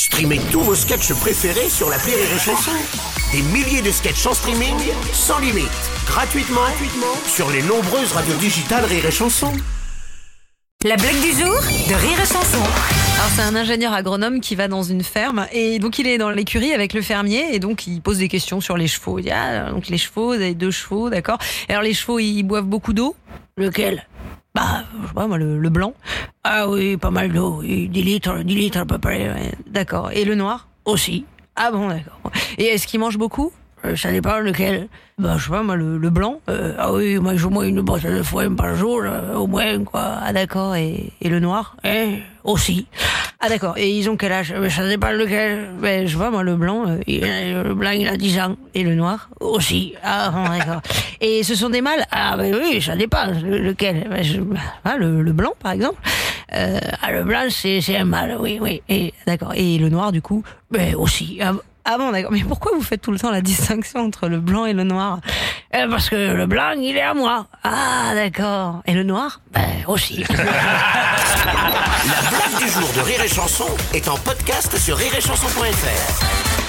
Streamez tous vos sketchs préférés sur l'appli Rire et Chanson. Des milliers de sketchs en streaming, sans limite, gratuitement sur les nombreuses radios digitales Rire et Chanson. La blague du jour de Rire et Chanson. Alors c'est un ingénieur agronome qui va dans une ferme et donc il est dans l'écurie avec le fermier et donc il pose des questions sur les chevaux. Il dit donc les chevaux, vous avez 2 chevaux, d'accord. Et alors les chevaux ils boivent beaucoup d'eau. Lequel? Je sais pas moi, le blanc. Ah oui, pas mal d'eau, oui, 10 litres à peu près. Ouais. D'accord. Et le noir? Aussi. Ah bon, d'accord. Et est-ce qu'il mange beaucoup? Ça dépend lequel. Je sais pas moi, le blanc. Ah oui, moi je mange une boîte de foin par jour, au moins quoi. Ah d'accord. Et le noir? Aussi. Ah d'accord. Et ils ont quel âge? Ça dépend lequel. Je sais pas moi, le blanc, le blanc il a 10 ans. Et le noir? Aussi. Ah bon, d'accord. Et ce sont des mâles? Ah oui, ça dépend. Lequel? Le blanc par exemple. Le blanc c'est un mâle, oui. Et d'accord. Et le noir du coup? Aussi. Ah bon, d'accord. Mais pourquoi vous faites tout le temps la distinction entre le blanc et le noir? Parce que le blanc, il est à moi. Ah, d'accord. Et le noir? Aussi. La blague du jour de Rire et Chanson est en podcast sur rireetchanson.fr.